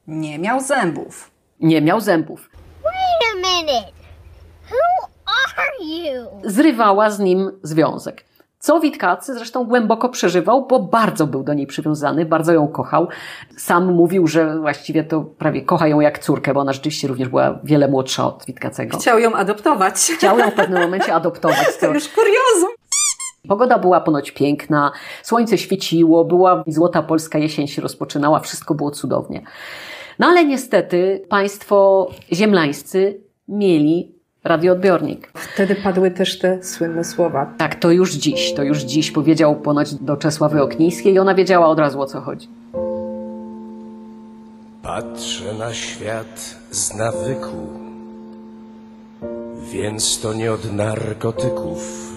Nie miał zębów. Nie miał zębów. Wait a minute. Who are you? Zrywała z nim związek. Co Witkacy zresztą głęboko przeżywał, bo bardzo był do niej przywiązany, bardzo ją kochał. Sam mówił, że właściwie to prawie kocha ją jak córkę, bo ona rzeczywiście również była wiele młodsza od Witkacego. Chciał ją adoptować. Chciał ją w pewnym momencie adoptować. To już kuriozum. Pogoda była ponoć piękna, słońce świeciło, była złota polska jesień się rozpoczynała, wszystko było cudownie. No ale niestety państwo ziemlańscy mieli radioodbiornik. Wtedy padły też te słynne słowa. Tak, to już dziś powiedział ponoć do Czesławy Oknińskiej i ona wiedziała od razu, o co chodzi. Patrzę na świat z nawyku, więc to nie od narkotyków.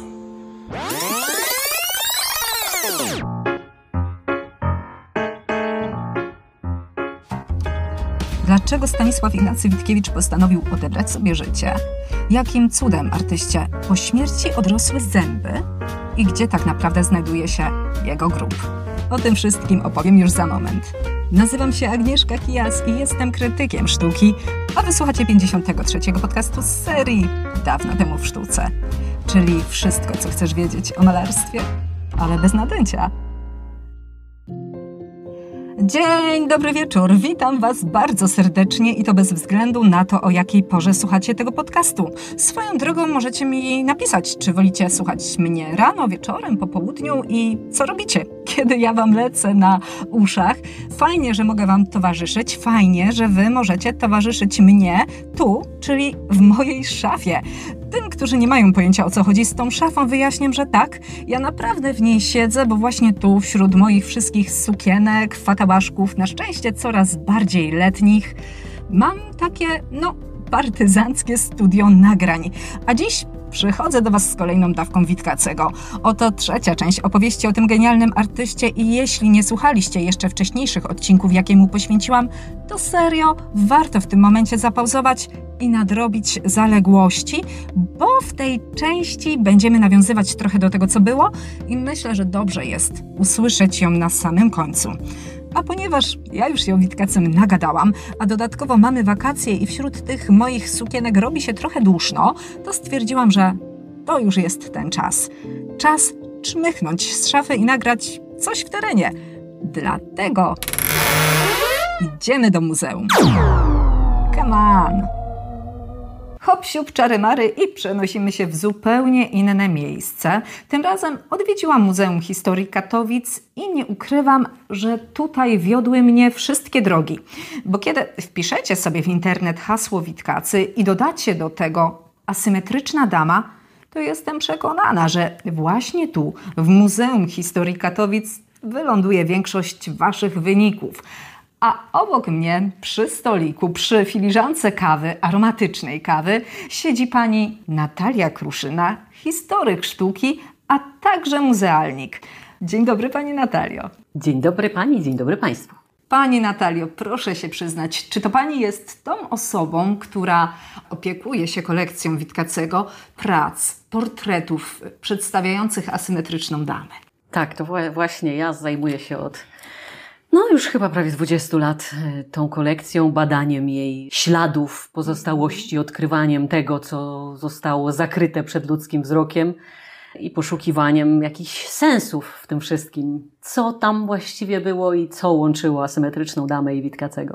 Dlaczego Stanisław Ignacy Witkiewicz postanowił odebrać sobie życie? Jakim cudem artyście po śmierci odrosły zęby? I gdzie tak naprawdę znajduje się jego grób? O tym wszystkim opowiem już za moment. Nazywam się Agnieszka Kijas i jestem krytykiem sztuki, a wysłuchacie 53. podcastu z serii Dawno temu w sztuce. Czyli wszystko, co chcesz wiedzieć o malarstwie, ale bez nadęcia. Dzień dobry wieczór, witam Was bardzo serdecznie i to bez względu na to, o jakiej porze słuchacie tego podcastu. Swoją drogą możecie mi napisać, czy wolicie słuchać mnie rano, wieczorem, po południu i co robicie, kiedy ja Wam lecę na uszach. Fajnie, że mogę Wam towarzyszyć, fajnie, że Wy możecie towarzyszyć mnie tu, czyli w mojej szafie. Tym, którzy nie mają pojęcia, o co chodzi z tą szafą, wyjaśniam, że tak, ja naprawdę w niej siedzę, bo właśnie tu, wśród moich wszystkich sukienek, fatałaszków, na szczęście coraz bardziej letnich, mam takie, partyzanckie studio nagrań. A dziś przychodzę do Was z kolejną dawką Witkacego. Oto trzecia część opowieści o tym genialnym artyście i jeśli nie słuchaliście jeszcze wcześniejszych odcinków, jakie mu poświęciłam, to serio warto w tym momencie zapauzować i nadrobić zaległości, bo w tej części będziemy nawiązywać trochę do tego, co było i myślę, że dobrze jest usłyszeć ją na samym końcu. A ponieważ ja już się o Witkacym nagadałam, a dodatkowo mamy wakacje i wśród tych moich sukienek robi się trochę duszno, to stwierdziłam, że to już jest ten czas. Czas czmychnąć z szafy i nagrać coś w terenie. Dlatego idziemy do muzeum. Come on! Hop, siup, czary mary i przenosimy się w zupełnie inne miejsce. Tym razem odwiedziłam Muzeum Historii Katowic i nie ukrywam, że tutaj wiodły mnie wszystkie drogi. Bo kiedy wpiszecie sobie w internet hasło Witkacy i dodacie do tego asymetryczna dama, to jestem przekonana, że właśnie tu, w Muzeum Historii Katowic, wyląduje większość Waszych wyników. A obok mnie, przy stoliku, przy filiżance kawy, aromatycznej kawy, siedzi pani Natalia Kruszyna, historyk sztuki, a także muzealnik. Dzień dobry, pani Natalio. Dzień dobry pani, dzień dobry państwu. Pani Natalio, proszę się przyznać, czy to pani jest tą osobą, która opiekuje się kolekcją Witkacego prac, portretów przedstawiających asymetryczną damę? Tak, to właśnie ja zajmuję się od już chyba prawie 20 lat tą kolekcją, badaniem jej śladów, pozostałości, odkrywaniem tego, co zostało zakryte przed ludzkim wzrokiem i poszukiwaniem jakichś sensów w tym wszystkim. Co tam właściwie było i co łączyło asymetryczną damę i Witkacego.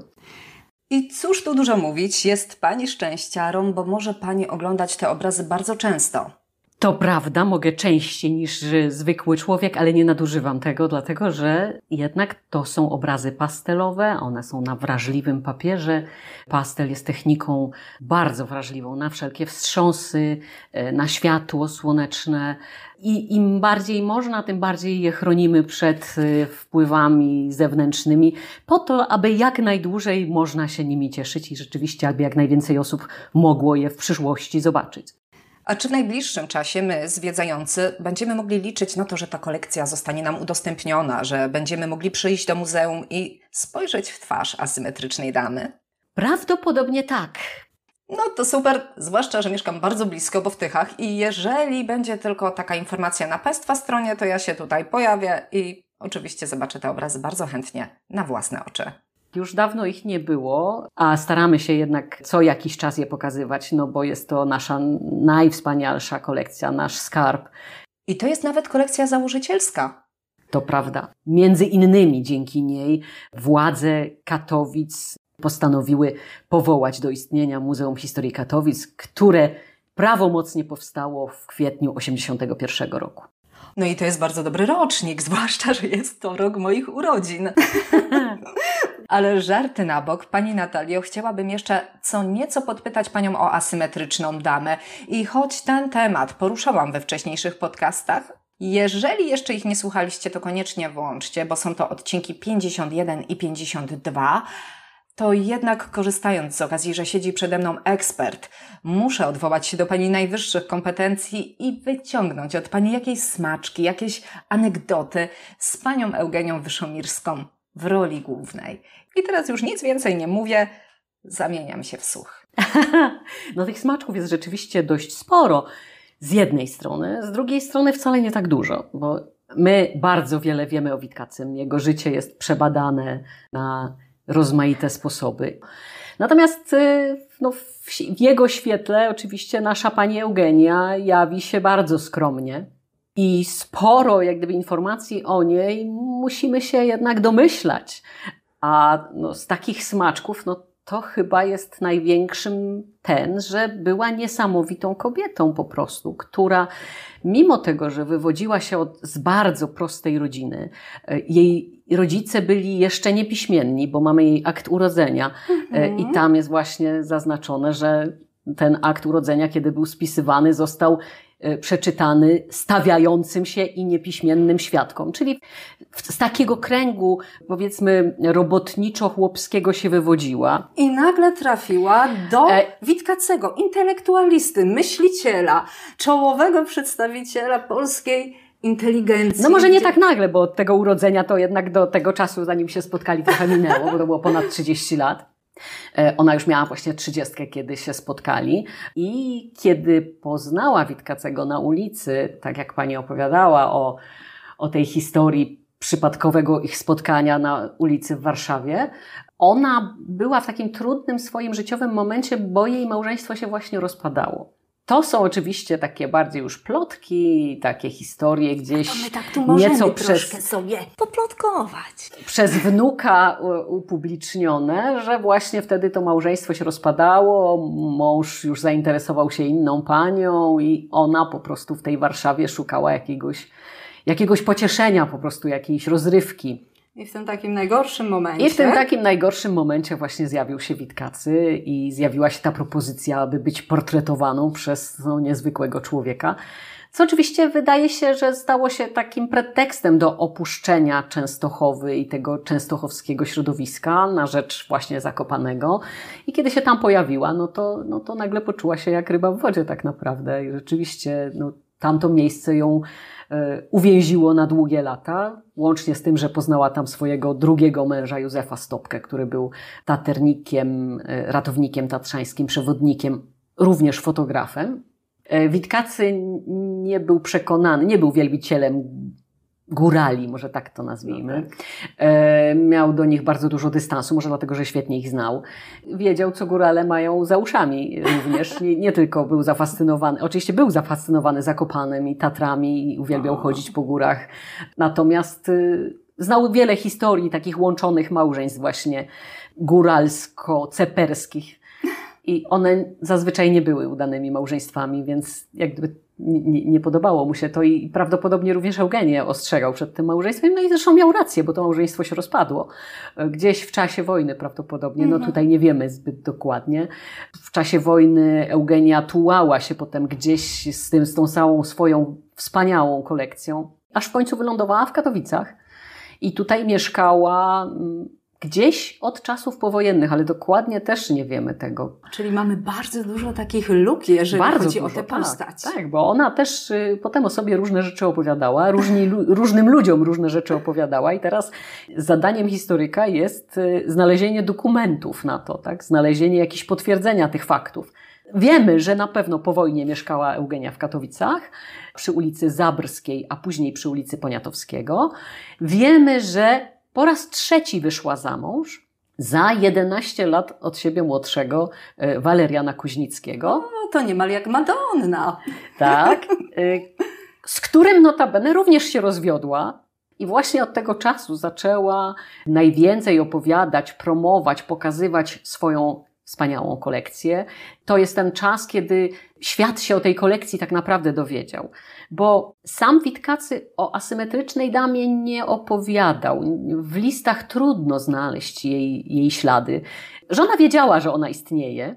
I cóż tu dużo mówić, jest pani szczęściarą, bo może pani oglądać te obrazy bardzo często. To prawda, mogę częściej niż zwykły człowiek, ale nie nadużywam tego, dlatego że jednak to są obrazy pastelowe, one są na wrażliwym papierze. Pastel jest techniką bardzo wrażliwą na wszelkie wstrząsy, na światło słoneczne i im bardziej można, tym bardziej je chronimy przed wpływami zewnętrznymi, po to, aby jak najdłużej można się nimi cieszyć i rzeczywiście, aby jak najwięcej osób mogło je w przyszłości zobaczyć. A czy w najbliższym czasie my, zwiedzający, będziemy mogli liczyć na to, że ta kolekcja zostanie nam udostępniona, że będziemy mogli przyjść do muzeum i spojrzeć w twarz asymetrycznej damy? Prawdopodobnie tak. No to super, zwłaszcza, że mieszkam bardzo blisko, bo w Tychach i jeżeli będzie tylko taka informacja na Państwa stronie, to ja się tutaj pojawię i oczywiście zobaczę te obrazy bardzo chętnie na własne oczy. Już dawno ich nie było, a staramy się jednak co jakiś czas je pokazywać, no bo jest to nasza najwspanialsza kolekcja, nasz skarb. I to jest nawet kolekcja założycielska. To prawda. Między innymi dzięki niej władze Katowic postanowiły powołać do istnienia Muzeum Historii Katowic, które prawomocnie powstało w kwietniu 1981 roku. No i to jest bardzo dobry rocznik, zwłaszcza, że jest to rok moich urodzin. Ale żarty na bok, Pani Natalio, chciałabym jeszcze co nieco podpytać Panią o asymetryczną damę. I choć ten temat poruszałam we wcześniejszych podcastach, jeżeli jeszcze ich nie słuchaliście, to koniecznie włączcie, bo są to odcinki 51 i 52, to jednak korzystając z okazji, że siedzi przede mną ekspert, muszę odwołać się do Pani najwyższych kompetencji i wyciągnąć od Pani jakieś smaczki, jakieś anegdoty z Panią Eugenią Wyszomirską w roli głównej. I teraz już nic więcej nie mówię, zamieniam się w słuch. No tych smaczków jest rzeczywiście dość sporo z jednej strony, z drugiej strony wcale nie tak dużo, bo my bardzo wiele wiemy o Witkacym. Jego życie jest przebadane na rozmaite sposoby. Natomiast no, w jego świetle oczywiście nasza pani Eugenia jawi się bardzo skromnie i sporo jak gdyby informacji o niej musimy się jednak domyślać. A no, z takich smaczków no, to chyba jest największym ten, że była niesamowitą kobietą po prostu, która mimo tego, że wywodziła się z bardzo prostej rodziny, jej rodzice byli jeszcze niepiśmienni, bo mamy jej akt urodzenia i tam jest właśnie zaznaczone, że ten akt urodzenia, kiedy był spisywany, został przeczytany stawiającym się i niepiśmiennym świadkom. Czyli z takiego kręgu, powiedzmy, robotniczo-chłopskiego się wywodziła. I nagle trafiła do Witkacego, intelektualisty, myśliciela, czołowego przedstawiciela polskiej inteligencji. No może nie tak nagle, bo od tego urodzenia to jednak do tego czasu, zanim się spotkali, trochę minęło, bo to było ponad 30 lat. Ona już miała właśnie 30, kiedy się spotkali i kiedy poznała Witkacego na ulicy, tak jak pani opowiadała o tej historii przypadkowego ich spotkania na ulicy w Warszawie, ona była w takim trudnym swoim życiowym momencie, bo jej małżeństwo się właśnie rozpadało. To są oczywiście takie bardziej już plotki, takie historie gdzieś to my tak tu możemy nieco troszkę sobie poplotkować. Przez wnuka upublicznione, że właśnie wtedy to małżeństwo się rozpadało, mąż już zainteresował się inną panią i ona po prostu w tej Warszawie szukała jakiegoś pocieszenia, po prostu jakiejś rozrywki. I w tym takim najgorszym momencie. I w tym takim najgorszym momencie właśnie zjawił się Witkacy i zjawiła się ta propozycja, aby być portretowaną przez niezwykłego człowieka. Co oczywiście wydaje się, że stało się takim pretekstem do opuszczenia Częstochowy i tego częstochowskiego środowiska na rzecz właśnie Zakopanego. I kiedy się tam pojawiła, no to nagle poczuła się jak ryba w wodzie tak naprawdę. I rzeczywiście tamto miejsce ją uwięziło na długie lata, łącznie z tym, że poznała tam swojego drugiego męża, Józefa Stopkę, który był taternikiem, ratownikiem tatrzańskim, przewodnikiem, również fotografem. Witkacy nie był przekonany, nie był wielbicielem górali, może tak to nazwijmy. No tak. Miał do nich bardzo dużo dystansu, może dlatego, że świetnie ich znał. Wiedział, co górale mają za uszami również. Nie tylko był zafascynowany, oczywiście był zafascynowany Zakopanem i Tatrami i uwielbiał chodzić po górach. Natomiast znał wiele historii takich łączonych małżeństw właśnie góralsko-ceperskich. I one zazwyczaj nie były udanymi małżeństwami, więc jak gdyby nie podobało mu się to i prawdopodobnie również Eugenię ostrzegał przed tym małżeństwem. No i zresztą miał rację, bo to małżeństwo się rozpadło. Gdzieś w czasie wojny prawdopodobnie, no tutaj nie wiemy zbyt dokładnie. W czasie wojny Eugenia tułała się potem gdzieś z tą całą swoją wspaniałą kolekcją, aż w końcu wylądowała w Katowicach i tutaj mieszkała gdzieś od czasów powojennych, ale dokładnie też nie wiemy tego. Czyli mamy bardzo dużo takich luk, jeżeli chodzi o tę postać. Tak, bo ona też potem o sobie różne rzeczy opowiadała, różnym ludziom różne rzeczy opowiadała i teraz zadaniem historyka jest znalezienie dokumentów na to, tak? Znalezienie jakichś potwierdzenia tych faktów. Wiemy, że na pewno po wojnie mieszkała Eugenia w Katowicach, przy ulicy Zabrskiej, a później przy ulicy Poniatowskiego. Wiemy, że po raz 3 wyszła za mąż za 11 lat od siebie młodszego Waleriana Kuźnickiego. O, to niemal jak Madonna. Tak, z którym notabene również się rozwiodła. I właśnie od tego czasu zaczęła najwięcej opowiadać, promować, pokazywać swoją wspaniałą kolekcję. To jest ten czas, kiedy świat się o tej kolekcji tak naprawdę dowiedział. Bo sam Witkacy o asymetrycznej damie nie opowiadał. W listach trudno znaleźć jej ślady. Żona wiedziała, że ona istnieje,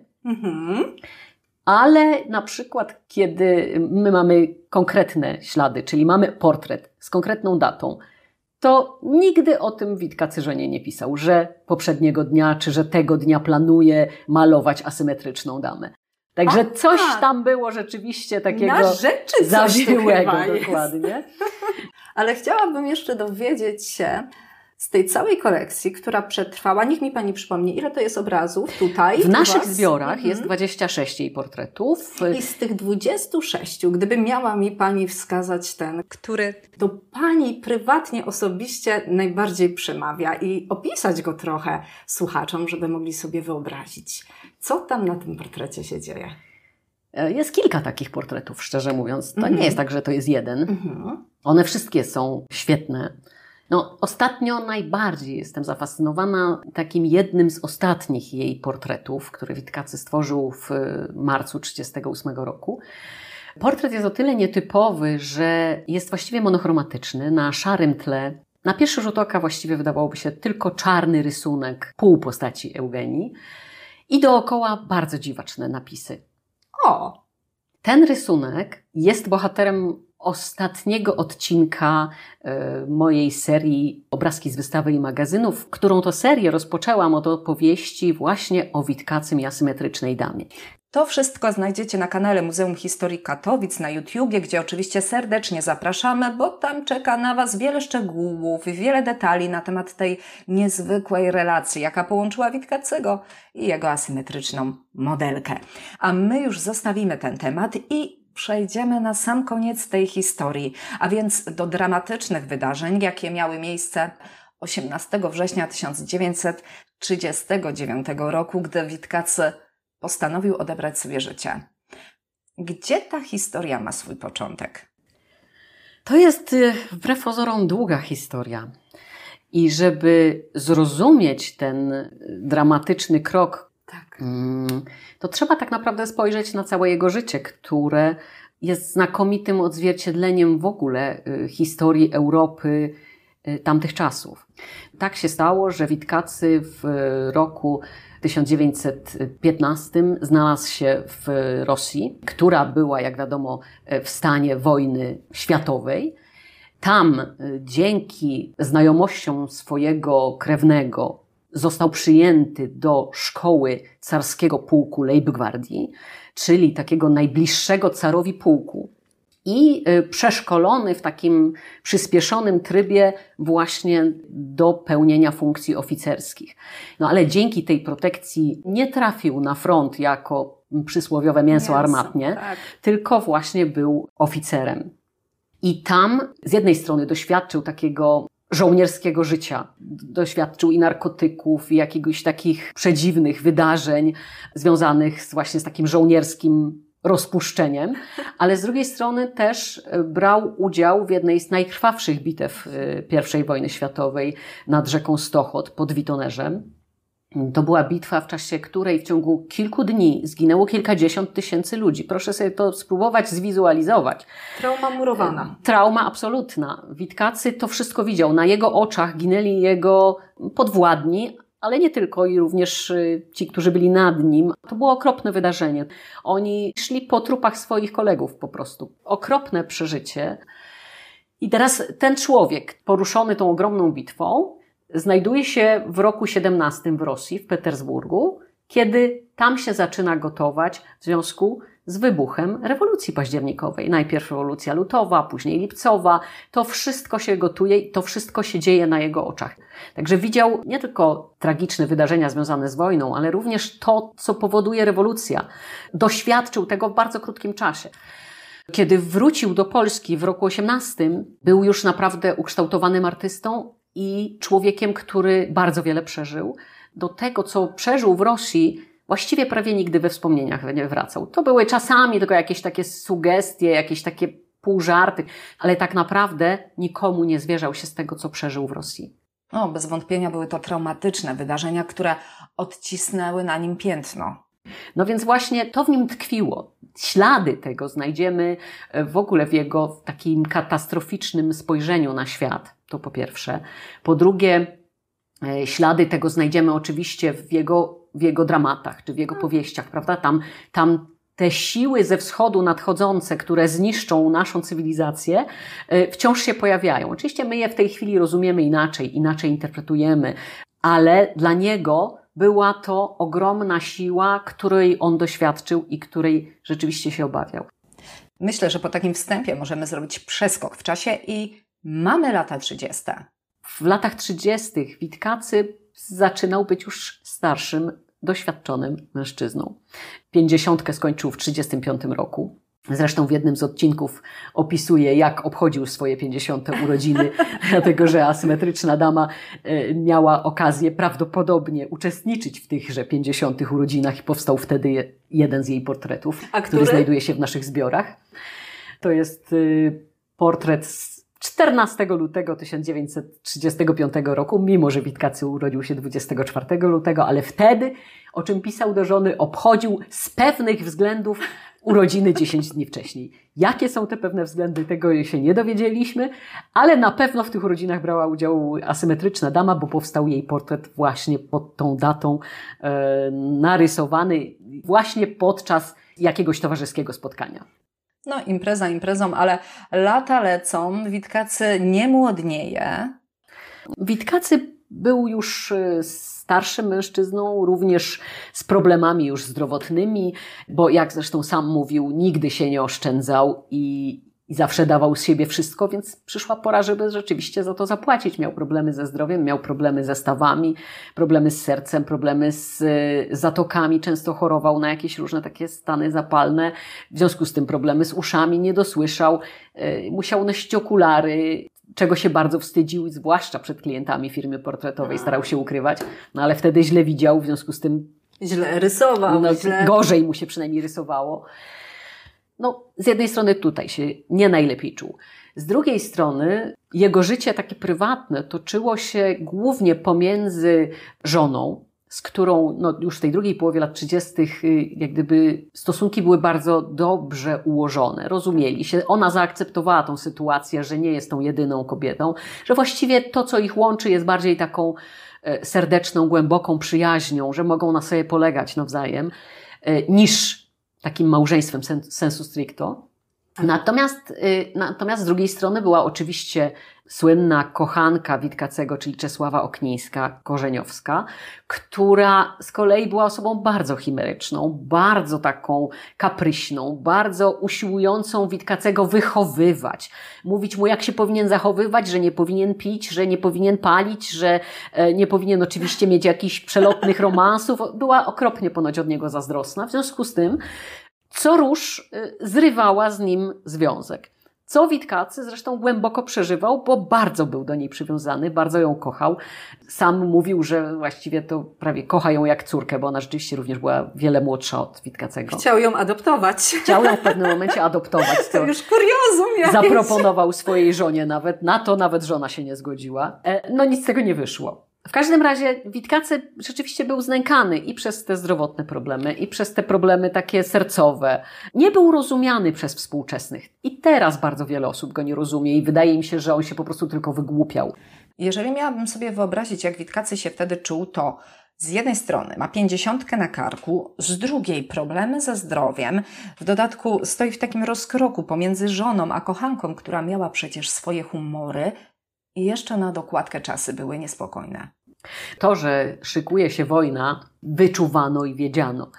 ale na przykład kiedy my mamy konkretne ślady, czyli mamy portret z konkretną datą, to nigdy o tym Witkacy żonie nie pisał, że poprzedniego dnia, czy że tego dnia planuje malować asymetryczną damę. Także coś tam było rzeczywiście takiego zawiłego, dokładnie. Ale chciałabym jeszcze dowiedzieć się z tej całej kolekcji, która przetrwała, niech mi Pani przypomni, ile to jest obrazów tutaj? W naszych zbiorach jest 26 jej portretów. I z tych 26, gdyby miała mi Pani wskazać ten, który do Pani prywatnie, osobiście najbardziej przemawia i opisać go trochę słuchaczom, żeby mogli sobie wyobrazić, co tam na tym portrecie się dzieje. Jest kilka takich portretów, szczerze mówiąc. To nie jest tak, że to jest jeden. One wszystkie są świetne. No, ostatnio najbardziej jestem zafascynowana takim jednym z ostatnich jej portretów, który Witkacy stworzył w marcu 1938 roku. Portret jest o tyle nietypowy, że jest właściwie monochromatyczny, na szarym tle. Na pierwszy rzut oka właściwie wydawałoby się tylko czarny rysunek pół postaci Eugenii i dookoła bardzo dziwaczne napisy. O! Ten rysunek jest bohaterem ostatniego odcinka mojej serii Obrazki z wystawy i magazynów, którą to serię rozpoczęłam od opowieści właśnie o Witkacym i asymetrycznej damie. To wszystko znajdziecie na kanale Muzeum Historii Katowic na YouTubie, gdzie oczywiście serdecznie zapraszamy, bo tam czeka na Was wiele szczegółów, wiele detali na temat tej niezwykłej relacji, jaka połączyła Witkacego i jego asymetryczną modelkę. A my już zostawimy ten temat i przejdziemy na sam koniec tej historii, a więc do dramatycznych wydarzeń, jakie miały miejsce 18 września 1939 roku, gdy Witkacy postanowił odebrać sobie życie. Gdzie ta historia ma swój początek? To jest wbrew pozorom długa historia. I żeby zrozumieć ten dramatyczny krok, to trzeba tak naprawdę spojrzeć na całe jego życie, które jest znakomitym odzwierciedleniem w ogóle historii Europy tamtych czasów. Tak się stało, że Witkacy w roku 1915 znalazł się w Rosji, która była, jak wiadomo, w stanie wojny światowej. Tam dzięki znajomościom swojego krewnego został przyjęty do szkoły carskiego pułku Leibgwardii, czyli takiego najbliższego carowi pułku. I przeszkolony w takim przyspieszonym trybie właśnie do pełnienia funkcji oficerskich. No ale dzięki tej protekcji nie trafił na front jako przysłowiowe mięso armatnie, tylko właśnie był oficerem. I tam z jednej strony doświadczył takiego żołnierskiego życia, doświadczył i narkotyków, i jakiegoś takich przedziwnych wydarzeń związanych właśnie z takim żołnierskim rozpuszczeniem, ale z drugiej strony też brał udział w jednej z najkrwawszych bitew I wojny światowej nad rzeką Stochod pod Witonerzem. To była bitwa, w czasie której w ciągu kilku dni zginęło kilkadziesiąt tysięcy ludzi. Proszę sobie to spróbować zwizualizować. Trauma murowana. Trauma absolutna. Witkacy to wszystko widział. Na jego oczach ginęli jego podwładni, ale nie tylko, i również ci, którzy byli nad nim. To było okropne wydarzenie. Oni szli po trupach swoich kolegów po prostu. Okropne przeżycie. I teraz ten człowiek, poruszony tą ogromną bitwą, znajduje się w roku 17 w Rosji, w Petersburgu, kiedy tam się zaczyna gotować w związku z wybuchem rewolucji październikowej. Najpierw rewolucja lutowa, później lipcowa. To wszystko się gotuje i to wszystko się dzieje na jego oczach. Także widział nie tylko tragiczne wydarzenia związane z wojną, ale również to, co powoduje rewolucja. Doświadczył tego w bardzo krótkim czasie. Kiedy wrócił do Polski w roku 18, był już naprawdę ukształtowanym artystą i człowiekiem, który bardzo wiele przeżył. do tego, co przeżył w Rosji, właściwie prawie nigdy we wspomnieniach nie wracał. To były czasami tylko jakieś takie sugestie, jakieś takie półżarty, ale tak naprawdę nikomu nie zwierzał się z tego, co przeżył w Rosji. No, bez wątpienia były to traumatyczne wydarzenia, które odcisnęły na nim piętno. No więc właśnie to w nim tkwiło. Ślady tego znajdziemy w ogóle w jego takim katastroficznym spojrzeniu na świat, to po pierwsze. Po drugie, ślady tego znajdziemy oczywiście w jego dramatach, czy w jego powieściach, prawda? Tam te siły ze wschodu nadchodzące, które zniszczą naszą cywilizację, wciąż się pojawiają. Oczywiście my je w tej chwili rozumiemy inaczej interpretujemy, ale dla niego była to ogromna siła, której on doświadczył i której rzeczywiście się obawiał. Myślę, że po takim wstępie możemy zrobić przeskok w czasie i mamy lata 30. W latach 30. Witkacy zaczynał być już starszym, doświadczonym mężczyzną. 50 skończył w 35 roku. Zresztą w jednym z odcinków opisuje, jak obchodził swoje 50 urodziny, dlatego że asymetryczna dama miała okazję prawdopodobnie uczestniczyć w tychże 50 urodzinach i powstał wtedy jeden z jej portretów, który znajduje się w naszych zbiorach. To jest portret z 14 lutego 1935 roku, mimo że Witkacy urodził się 24 lutego, ale wtedy, o czym pisał do żony, obchodził z pewnych względów urodziny 10 dni wcześniej. Jakie są te pewne względy, tego się nie dowiedzieliśmy, ale na pewno w tych urodzinach brała udział asymetryczna dama, bo powstał jej portret właśnie pod tą datą, narysowany właśnie podczas jakiegoś towarzyskiego spotkania. No, impreza imprezą, ale lata lecą, Witkacy nie młodnieje. Witkacy był już starszym mężczyzną, również z problemami już zdrowotnymi, bo jak zresztą sam mówił, nigdy się nie oszczędzał i zawsze dawał z siebie wszystko, więc przyszła pora, żeby rzeczywiście za to zapłacić. Miał problemy ze zdrowiem, miał problemy ze stawami, problemy z sercem, problemy z zatokami, często chorował na jakieś różne takie stany zapalne. W związku z tym problemy z uszami, nie dosłyszał, musiał nosić okulary, czego się bardzo wstydził, zwłaszcza przed klientami firmy portretowej, starał się ukrywać, no ale wtedy źle widział, w związku z tym źle rysował. Gorzej mu się przynajmniej rysowało. No, z jednej strony tutaj się nie najlepiej czuł. Z drugiej strony jego życie takie prywatne toczyło się głównie pomiędzy żoną, z którą no, już w tej drugiej połowie lat 30. jak gdyby stosunki były bardzo dobrze ułożone. Rozumieli się. Ona zaakceptowała tą sytuację, że nie jest tą jedyną kobietą, że właściwie to, co ich łączy, jest bardziej taką serdeczną, głęboką przyjaźnią, że mogą na sobie polegać nawzajem, niż takim małżeństwem sensu stricto. Natomiast z drugiej strony była oczywiście słynna kochanka Witkacego, czyli Czesława Oknińska-Korzeniowska, która z kolei była osobą bardzo chimeryczną, bardzo taką kapryśną, bardzo usiłującą Witkacego wychowywać. Mówić mu, jak się powinien zachowywać, że nie powinien pić, że nie powinien palić, że nie powinien oczywiście mieć jakichś przelotnych romansów. Była okropnie ponoć od niego zazdrosna. W związku z tym co rusz zrywała z nim związek. Co Witkacy zresztą głęboko przeżywał, bo bardzo był do niej przywiązany, bardzo ją kochał. Sam mówił, że właściwie to prawie kocha ją jak córkę, bo ona rzeczywiście również była wiele młodsza od Witkacego. Chciał ją adoptować. Chciał ją w pewnym momencie adoptować. To już kuriozum jakieś. Zaproponował swojej żonie nawet. Na to nawet żona się nie zgodziła. No nic z tego nie wyszło. W każdym razie Witkacy rzeczywiście był znękany i przez te zdrowotne problemy, i przez te problemy takie sercowe. Nie był rozumiany przez współczesnych. I teraz bardzo wiele osób go nie rozumie i wydaje im się, że on się po prostu tylko wygłupiał. Jeżeli miałabym sobie wyobrazić, jak Witkacy się wtedy czuł, to z jednej strony ma 50 na karku, z drugiej problemy ze zdrowiem. W dodatku stoi w takim rozkroku pomiędzy żoną a kochanką, która miała przecież swoje humory. I jeszcze na dokładkę czasy były niespokojne. To, że szykuje się wojna, wyczuwano i wiedziano.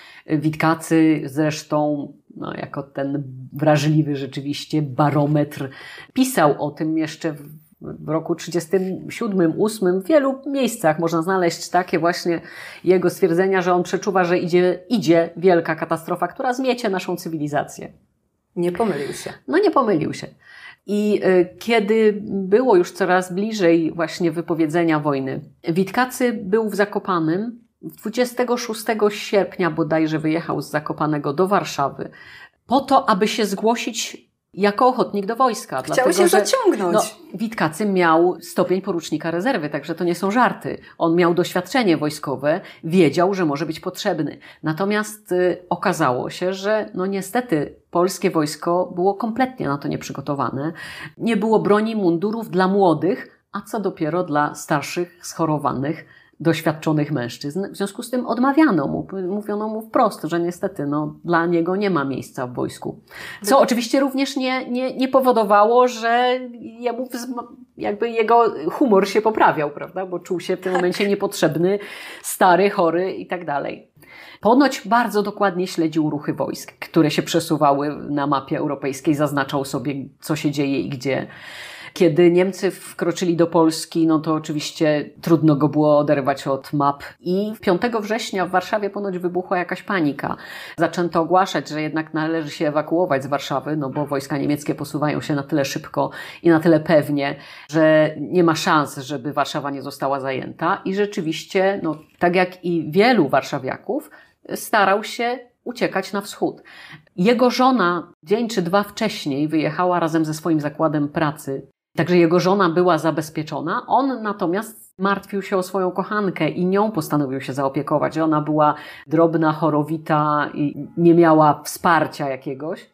Witkacy zresztą, no, jako ten wrażliwy rzeczywiście barometr, pisał o tym jeszcze w roku 37-8. W wielu miejscach można znaleźć takie właśnie jego stwierdzenia, że on przeczuwa, że idzie wielka katastrofa, która zmiecie naszą cywilizację. Nie pomylił się. No nie pomylił się. I kiedy było już coraz bliżej właśnie wypowiedzenia wojny, Witkacy był w Zakopanem. 26 sierpnia bodajże wyjechał z Zakopanego do Warszawy po to, aby się zgłosić jako ochotnik do wojska. Chciał się zaciągnąć. Witkacy miał stopień porucznika rezerwy, także to nie są żarty. On miał doświadczenie wojskowe, wiedział, że może być potrzebny. Natomiast okazało się, że niestety polskie wojsko było kompletnie na to nieprzygotowane. Nie było broni, mundurów dla młodych, a co dopiero dla starszych, schorowanych, doświadczonych mężczyzn. W związku z tym odmawiano mu, mówiono mu wprost, że niestety dla niego nie ma miejsca w wojsku. Co oczywiście również nie powodowało, że jakby jego humor się poprawiał, prawda? Bo czuł się w tym momencie niepotrzebny, stary, chory i tak dalej. Ponoć bardzo dokładnie śledził ruchy wojsk, które się przesuwały na mapie europejskiej, zaznaczał sobie, co się dzieje i gdzie. Kiedy Niemcy wkroczyli do Polski, to oczywiście trudno go było oderwać od map. I 5 września w Warszawie ponoć wybuchła jakaś panika. Zaczęto ogłaszać, że jednak należy się ewakuować z Warszawy, bo wojska niemieckie posuwają się na tyle szybko i na tyle pewnie, że nie ma szans, żeby Warszawa nie została zajęta. I rzeczywiście, tak jak i wielu warszawiaków, starał się uciekać na wschód. Jego żona dzień czy dwa wcześniej wyjechała razem ze swoim zakładem pracy. Także jego żona była zabezpieczona. On natomiast martwił się o swoją kochankę i nią postanowił się zaopiekować. Ona była drobna, chorowita i nie miała wsparcia jakiegoś.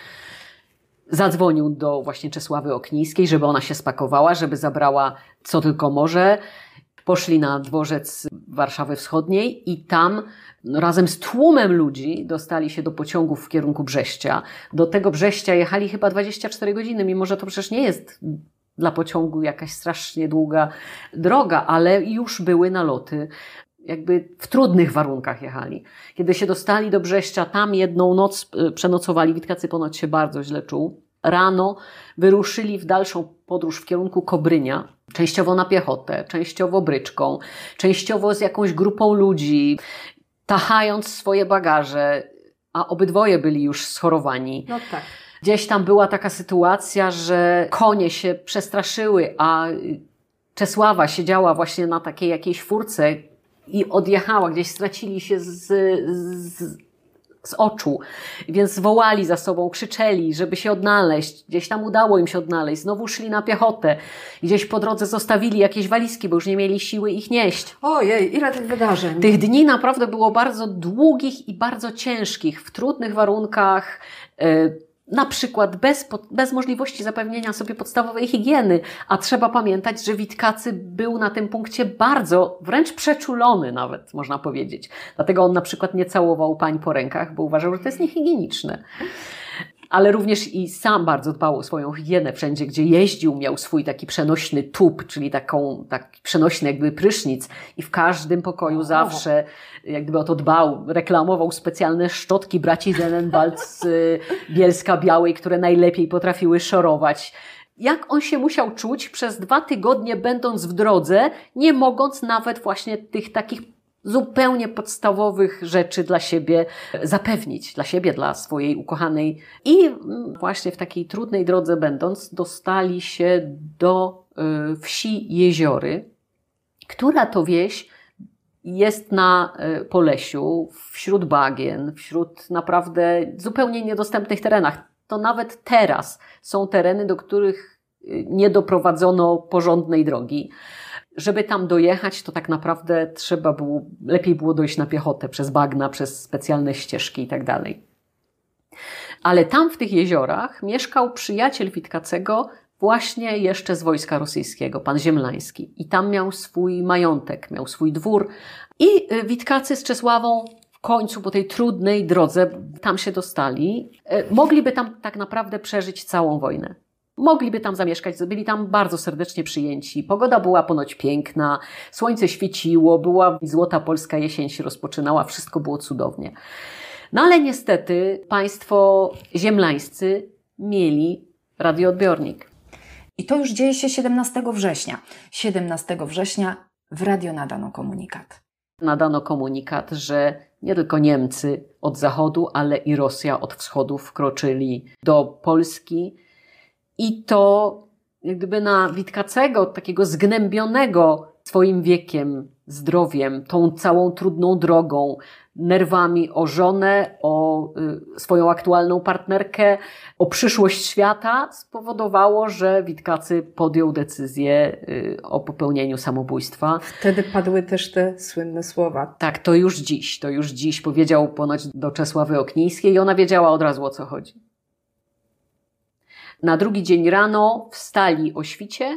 Zadzwonił do właśnie Czesławy Oknińskiej, żeby ona się spakowała, żeby zabrała co tylko może. Poszli na dworzec Warszawy Wschodniej i tam razem z tłumem ludzi dostali się do pociągów w kierunku Brześcia. Do tego Brześcia jechali chyba 24 godziny, mimo że to przecież nie jest dla pociągu jakaś strasznie długa droga, ale już były naloty. Jakby w trudnych warunkach jechali. Kiedy się dostali do Brześcia, tam jedną noc przenocowali. Witkacy ponoć się bardzo źle czuł. Rano wyruszyli w dalszą podróż w kierunku Kobrynia, częściowo na piechotę, częściowo bryczką, częściowo z jakąś grupą ludzi, tachając swoje bagaże, a obydwoje byli już schorowani. Tak. Gdzieś tam była taka sytuacja, że konie się przestraszyły, a Czesława siedziała właśnie na takiej jakiejś furce i odjechała, gdzieś stracili się z oczu, więc wołali za sobą, krzyczeli, żeby się odnaleźć. Gdzieś tam udało im się odnaleźć. Znowu szli na piechotę. Gdzieś po drodze zostawili jakieś walizki, bo już nie mieli siły ich nieść. Ojej, ile tych wydarzeń. Tych dni naprawdę było bardzo długich i bardzo ciężkich, w trudnych warunkach, na przykład bez możliwości zapewnienia sobie podstawowej higieny, a trzeba pamiętać, że Witkacy był na tym punkcie bardzo, wręcz przeczulony nawet, można powiedzieć. Dlatego on na przykład nie całował pań po rękach, bo uważał, że to jest niehigieniczne. Ale również i sam bardzo dbał o swoją higienę. Wszędzie, gdzie jeździł, miał swój taki przenośny tub, czyli taki przenośny jakby prysznic i w każdym pokoju zawsze jak gdyby o to dbał. Reklamował specjalne szczotki braci Zenenwald z Bielska Białej, które najlepiej potrafiły szorować. Jak on się musiał czuć przez 2 tygodnie będąc w drodze, nie mogąc nawet właśnie tych takich zupełnie podstawowych rzeczy dla siebie zapewnić, dla siebie, dla swojej ukochanej. I właśnie w takiej trudnej drodze będąc, dostali się do wsi Jeziory, która to wieś jest na Polesiu, wśród bagien, wśród naprawdę zupełnie niedostępnych terenach. To nawet teraz są tereny, do których nie doprowadzono porządnej drogi. Żeby tam dojechać, to tak naprawdę lepiej było dojść na piechotę, przez bagna, przez specjalne ścieżki i tak dalej. Ale tam w tych jeziorach mieszkał przyjaciel Witkacego właśnie jeszcze z wojska rosyjskiego, pan Ziemlański. I tam miał swój majątek, miał swój dwór. I Witkacy z Czesławą w końcu po tej trudnej drodze tam się dostali. Mogliby tam tak naprawdę przeżyć całą wojnę. Mogliby tam zamieszkać, byli tam bardzo serdecznie przyjęci. Pogoda była ponoć piękna, słońce świeciło, była złota polska jesień się rozpoczynała, wszystko było cudownie. No ale niestety państwo ziemlańscy mieli radioodbiornik. I to już dzieje się 17 września. 17 września w radio nadano komunikat. Nadano komunikat, że nie tylko Niemcy od zachodu, ale i Rosja od wschodu wkroczyli do Polski I to jak gdyby na Witkacego, takiego zgnębionego swoim wiekiem, zdrowiem, tą całą trudną drogą, nerwami o żonę, o swoją aktualną partnerkę, o przyszłość świata, spowodowało, że Witkacy podjął decyzję o popełnieniu samobójstwa. Wtedy padły też te słynne słowa. Tak, to już dziś powiedział ponoć do Czesławy Oknińskiej i ona wiedziała od razu, o co chodzi. Na drugi dzień rano wstali o świcie,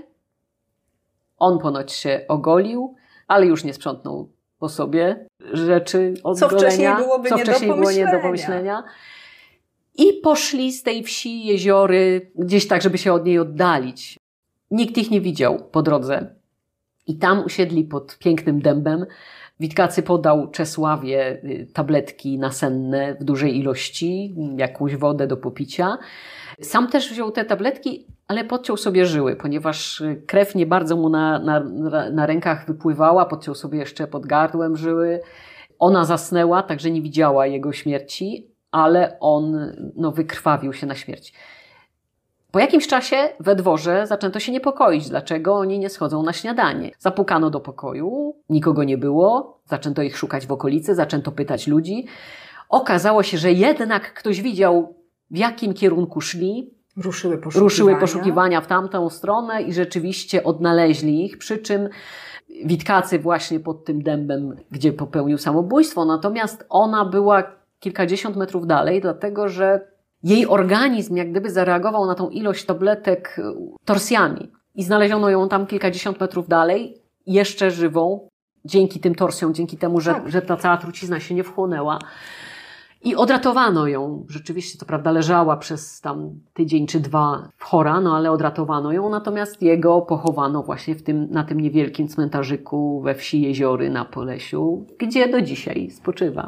on ponoć się ogolił, ale już nie sprzątnął po sobie rzeczy od Co golenia, wcześniej byłoby nie do pomyślenia. I poszli z tej wsi Jeziory gdzieś tak, żeby się od niej oddalić. Nikt ich nie widział po drodze. I tam usiedli pod pięknym dębem. Witkacy podał Czesławie tabletki nasenne w dużej ilości, jakąś wodę do popicia. Sam też wziął te tabletki, ale podciął sobie żyły, ponieważ krew nie bardzo mu na rękach wypływała, podciął sobie jeszcze pod gardłem żyły. Ona zasnęła, także nie widziała jego śmierci, ale on wykrwawił się na śmierć. Po jakimś czasie we dworze zaczęto się niepokoić, dlaczego oni nie schodzą na śniadanie. Zapukano do pokoju, nikogo nie było, zaczęto ich szukać w okolicy, zaczęto pytać ludzi. Okazało się, że jednak ktoś widział, w jakim kierunku szli. Ruszyły poszukiwania w tamtą stronę i rzeczywiście odnaleźli ich, przy czym Witkacy właśnie pod tym dębem, gdzie popełnił samobójstwo, natomiast ona była kilkadziesiąt metrów dalej, dlatego że jej organizm jak gdyby zareagował na tą ilość tabletek torsjami i znaleziono ją tam kilkadziesiąt metrów dalej, jeszcze żywą, dzięki tym torsjom, dzięki temu, że ta cała trucizna się nie wchłonęła. I odratowano ją. Rzeczywiście, co prawda, leżała przez tam tydzień czy dwa chora, ale odratowano ją. Natomiast jego pochowano właśnie na tym niewielkim cmentarzyku we wsi Jeziory na Polesiu, gdzie do dzisiaj spoczywa.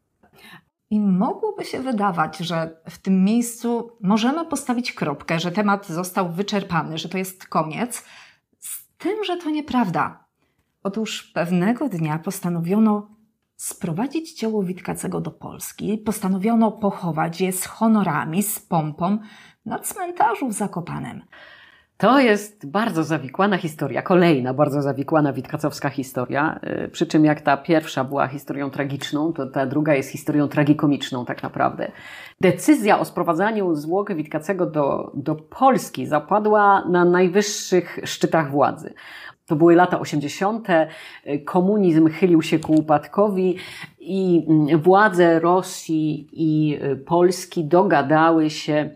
I mogłoby się wydawać, że w tym miejscu możemy postawić kropkę, że temat został wyczerpany, że to jest koniec. Z tym, że to nieprawda. Otóż pewnego dnia postanowiono sprowadzić ciało Witkacego do Polski. Postanowiono pochować je z honorami, z pompą na cmentarzu w Zakopanem. To jest bardzo zawikłana historia, kolejna bardzo zawikłana witkacowska historia, przy czym jak ta pierwsza była historią tragiczną, to ta druga jest historią tragikomiczną tak naprawdę. Decyzja o sprowadzaniu zwłok Witkacego do Polski zapadła na najwyższych szczytach władzy. To były lata 80., komunizm chylił się ku upadkowi i władze Rosji i Polski dogadały się,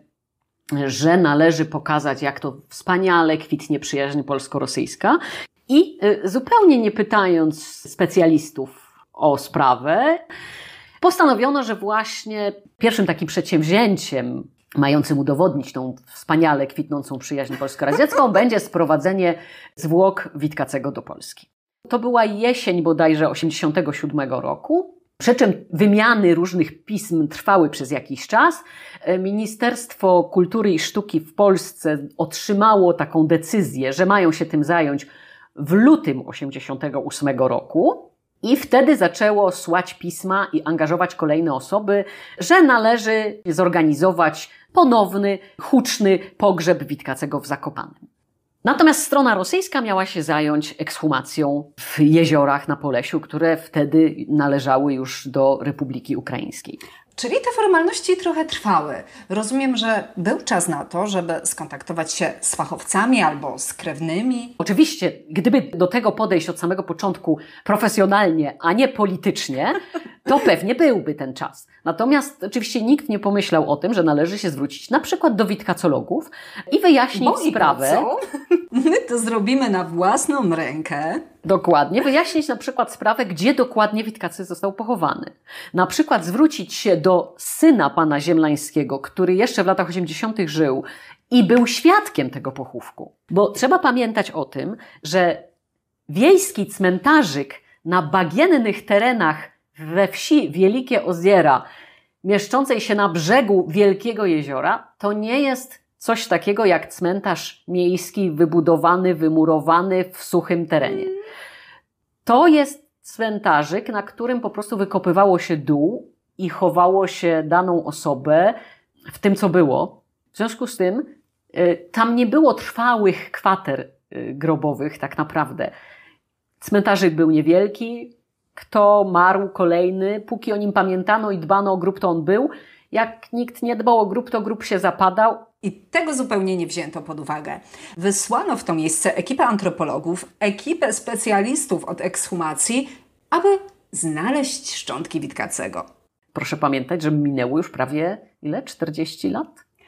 że należy pokazać, jak to wspaniale kwitnie przyjaźń polsko-rosyjska i zupełnie nie pytając specjalistów o sprawę, postanowiono, że właśnie pierwszym takim przedsięwzięciem mającym udowodnić tą wspaniale kwitnącą przyjaźń polsko-radziecką będzie sprowadzenie zwłok Witkacego do Polski. To była jesień bodajże 87 roku. Przy czym wymiany różnych pism trwały przez jakiś czas. Ministerstwo Kultury i Sztuki w Polsce otrzymało taką decyzję, że mają się tym zająć w lutym 88 roku i wtedy zaczęło słać pisma i angażować kolejne osoby, że należy zorganizować ponowny, huczny pogrzeb Witkacego w Zakopanem. Natomiast strona rosyjska miała się zająć ekshumacją w jeziorach na Polesiu, które wtedy należały już do Republiki Ukraińskiej. Czyli te formalności trochę trwały. Rozumiem, że był czas na to, żeby skontaktować się z fachowcami albo z krewnymi. Oczywiście, gdyby do tego podejść od samego początku profesjonalnie, a nie politycznie, to pewnie byłby ten czas. Natomiast oczywiście nikt nie pomyślał o tym, że należy się zwrócić na przykład do witkacologów i wyjaśnić sprawę. My to zrobimy na własną rękę. Dokładnie. Wyjaśnić na przykład sprawę, gdzie dokładnie Witkacy został pochowany. Na przykład zwrócić się do syna pana Ziemlańskiego, który jeszcze w latach 80. żył i był świadkiem tego pochówku. Bo trzeba pamiętać o tym, że wiejski cmentarzyk na bagiennych terenach we wsi Wielkie Oziera, mieszczącej się na brzegu Wielkiego Jeziora, to nie jest coś takiego jak cmentarz miejski wybudowany, wymurowany w suchym terenie. To jest cmentarzyk, na którym po prostu wykopywało się dół i chowało się daną osobę w tym, co było. W związku z tym Tam nie było trwałych kwater grobowych tak naprawdę. Cmentarzyk był niewielki, kto marł kolejny, póki o nim pamiętano i dbano o grób, to on był. Jak nikt nie dbał o grób, to grób się zapadał. I tego zupełnie nie wzięto pod uwagę. Wysłano w to miejsce ekipę antropologów, ekipę specjalistów od ekshumacji, aby znaleźć szczątki Witkacego. Proszę pamiętać, że minęło już prawie 40 lat?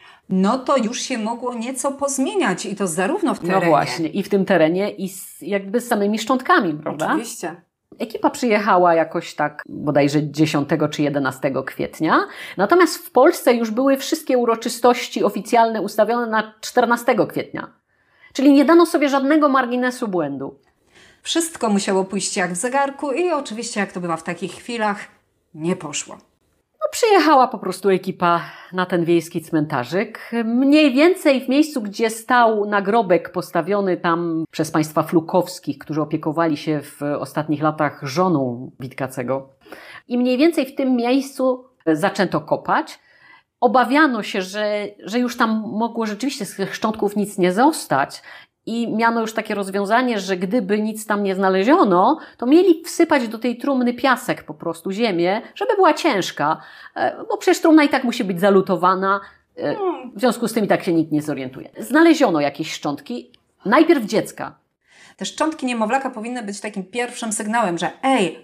No to już się mogło nieco pozmieniać i to zarówno w terenie. No właśnie, i w tym terenie, i jakby z samymi szczątkami, prawda? Oczywiście. Ekipa przyjechała jakoś tak bodajże 10 czy 11 kwietnia. Natomiast w Polsce już były wszystkie uroczystości oficjalne ustawione na 14 kwietnia. Czyli nie dano sobie żadnego marginesu błędu. Wszystko musiało pójść jak w zegarku i oczywiście, jak to bywa w takich chwilach, nie poszło. No, przyjechała po prostu ekipa na ten wiejski cmentarzyk. Mniej więcej w miejscu, gdzie stał nagrobek postawiony tam przez państwa Flukowskich, którzy opiekowali się w ostatnich latach żoną Witkacego. I mniej więcej w tym miejscu zaczęto kopać. Obawiano się, że już tam mogło rzeczywiście z tych szczątków nic nie zostać. I miano już takie rozwiązanie, że gdyby nic tam nie znaleziono, to mieli wsypać do tej trumny piasek po prostu, ziemię, żeby była ciężka, bo przecież trumna i tak musi być zalutowana, w związku z tym i tak się nikt nie zorientuje. Znaleziono jakieś szczątki, najpierw dziecka. Te szczątki niemowlaka powinny być takim pierwszym sygnałem, że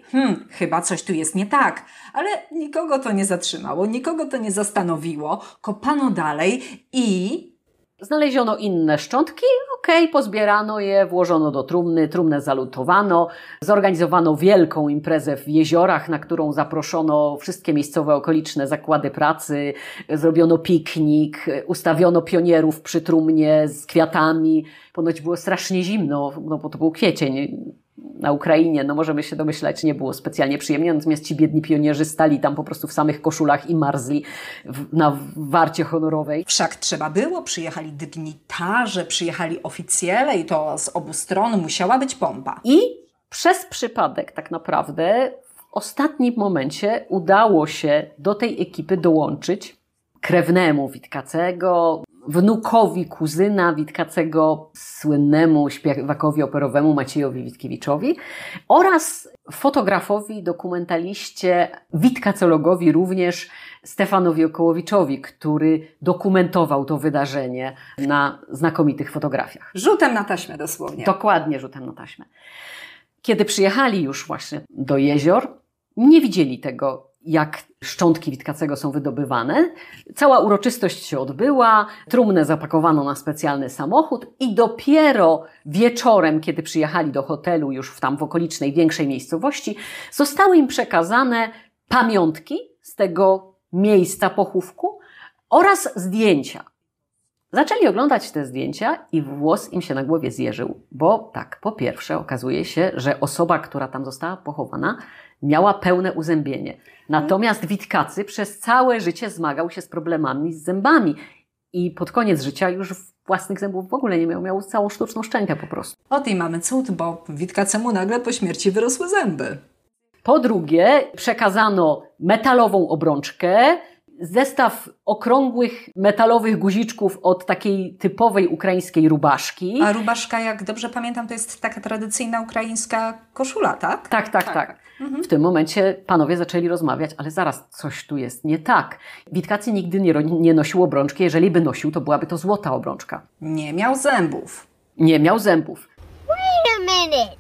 chyba coś tu jest nie tak. Ale nikogo to nie zatrzymało, nikogo to nie zastanowiło. Kopano dalej i Znaleziono inne szczątki, pozbierano je, włożono do trumny, trumnę zalutowano, zorganizowano wielką imprezę w Jeziorach, na którą zaproszono wszystkie miejscowe okoliczne zakłady pracy, zrobiono piknik, ustawiono pionierów przy trumnie z kwiatami. Ponoć było strasznie zimno, no bo to był kwiecień. Na Ukrainie, no możemy się domyślać, nie było specjalnie przyjemnie, natomiast ci biedni pionierzy stali tam po prostu w samych koszulach i marzli na warcie honorowej. Wszak trzeba było, przyjechali dygnitarze, przyjechali oficjele i to z obu stron musiała być pompa. I przez przypadek tak naprawdę w ostatnim momencie udało się do tej ekipy dołączyć krewnemu Witkacego, wnukowi kuzyna Witkacego, słynnemu śpiewakowi operowemu Maciejowi Witkiewiczowi oraz fotografowi, dokumentaliście, witkacologowi również Stefanowi Okołowiczowi, który dokumentował to wydarzenie na znakomitych fotografiach. Rzutem na taśmę dosłownie. Dokładnie rzutem na taśmę. Kiedy przyjechali już właśnie do jezior, nie widzieli tego, jak szczątki Witkacego są wydobywane. Cała uroczystość się odbyła, trumnę zapakowano na specjalny samochód i dopiero wieczorem, kiedy przyjechali do hotelu już tam w okolicznej, większej miejscowości, zostały im przekazane pamiątki z tego miejsca pochówku oraz zdjęcia. Zaczęli oglądać te zdjęcia i włos im się na głowie zjeżył, bo tak, po pierwsze okazuje się, że osoba, która tam została pochowana, miała pełne uzębienie. Natomiast Witkacy przez całe życie zmagał się z problemami z zębami i pod koniec życia już własnych zębów w ogóle nie miał całą sztuczną szczękę po prostu. Ot i mamy cud, bo Witkacemu nagle po śmierci wyrosły zęby. Po drugie, przekazano metalową obrączkę, zestaw okrągłych metalowych guziczków od takiej typowej ukraińskiej rubaszki. A rubaszka, jak dobrze pamiętam, to jest taka tradycyjna ukraińska koszula, tak? Tak. W tym momencie panowie zaczęli rozmawiać, ale zaraz, coś tu jest nie tak. Witkacy nigdy nie nosił obrączki, jeżeli by nosił, to byłaby to złota obrączka. Nie miał zębów. Nie miał zębów. Wait a minute.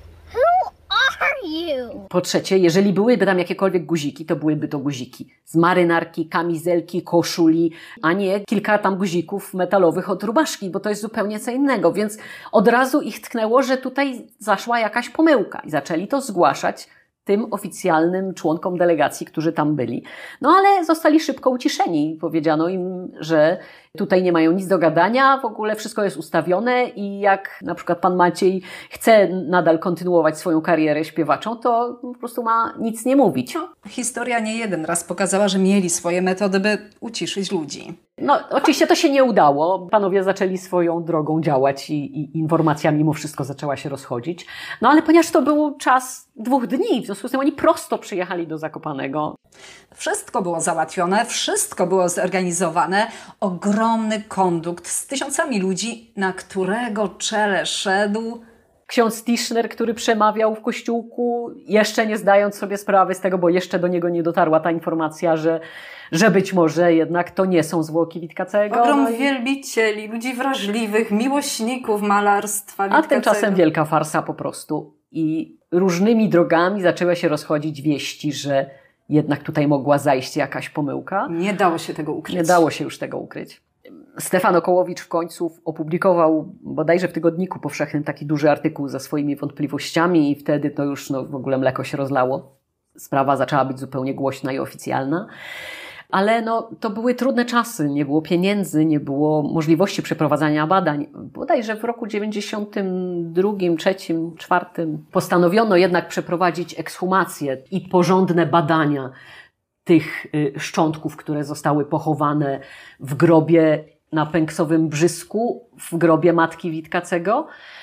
Who are you? Po trzecie, jeżeli byłyby tam jakiekolwiek guziki, to byłyby to guziki z marynarki, kamizelki, koszuli, a nie kilka tam guzików metalowych od rubaszki, bo to jest zupełnie co innego. Więc od razu ich tknęło, że tutaj zaszła jakaś pomyłka i zaczęli to zgłaszać tym oficjalnym członkom delegacji, którzy tam byli. No ale zostali szybko uciszeni. Powiedziano im, że tutaj nie mają nic do gadania, w ogóle wszystko jest ustawione i jak na przykład pan Maciej chce nadal kontynuować swoją karierę śpiewaczą, to po prostu ma nic nie mówić. Historia nie jeden raz pokazała, że mieli swoje metody, by uciszyć ludzi. No, oczywiście to się nie udało. Panowie zaczęli swoją drogą działać i informacja mimo wszystko zaczęła się rozchodzić. No ale ponieważ to był czas 2 dni, w związku z tym oni prosto przyjechali do Zakopanego. Wszystko było załatwione, wszystko było zorganizowane. Ogromny kondukt z tysiącami ludzi, na którego czele szedł Ksiądz Tischner, który przemawiał w kościółku, jeszcze nie zdając sobie sprawy z tego, bo jeszcze do niego nie dotarła ta informacja, że być może jednak to nie są zwłoki Witkacego. Ogrom wielbicieli, ludzi wrażliwych, miłośników malarstwa Witkacego. A tymczasem wielka farsa po prostu. I różnymi drogami zaczęły się rozchodzić wieści, że jednak tutaj mogła zajść jakaś pomyłka. Nie dało się tego ukryć. Nie dało się już tego ukryć. Stefan Okołowicz w końcu opublikował bodajże w Tygodniku Powszechnym taki duży artykuł ze swoimi wątpliwościami i wtedy to już w ogóle mleko się rozlało. Sprawa zaczęła być zupełnie głośna i oficjalna. Ale to były trudne czasy, nie było pieniędzy, nie było możliwości przeprowadzania badań. Bodajże w roku 92, 3, 4 postanowiono jednak przeprowadzić ekshumację i porządne badania tych szczątków, które zostały pochowane w grobie na Pęksowym Brzysku, w grobie matki Witkacego.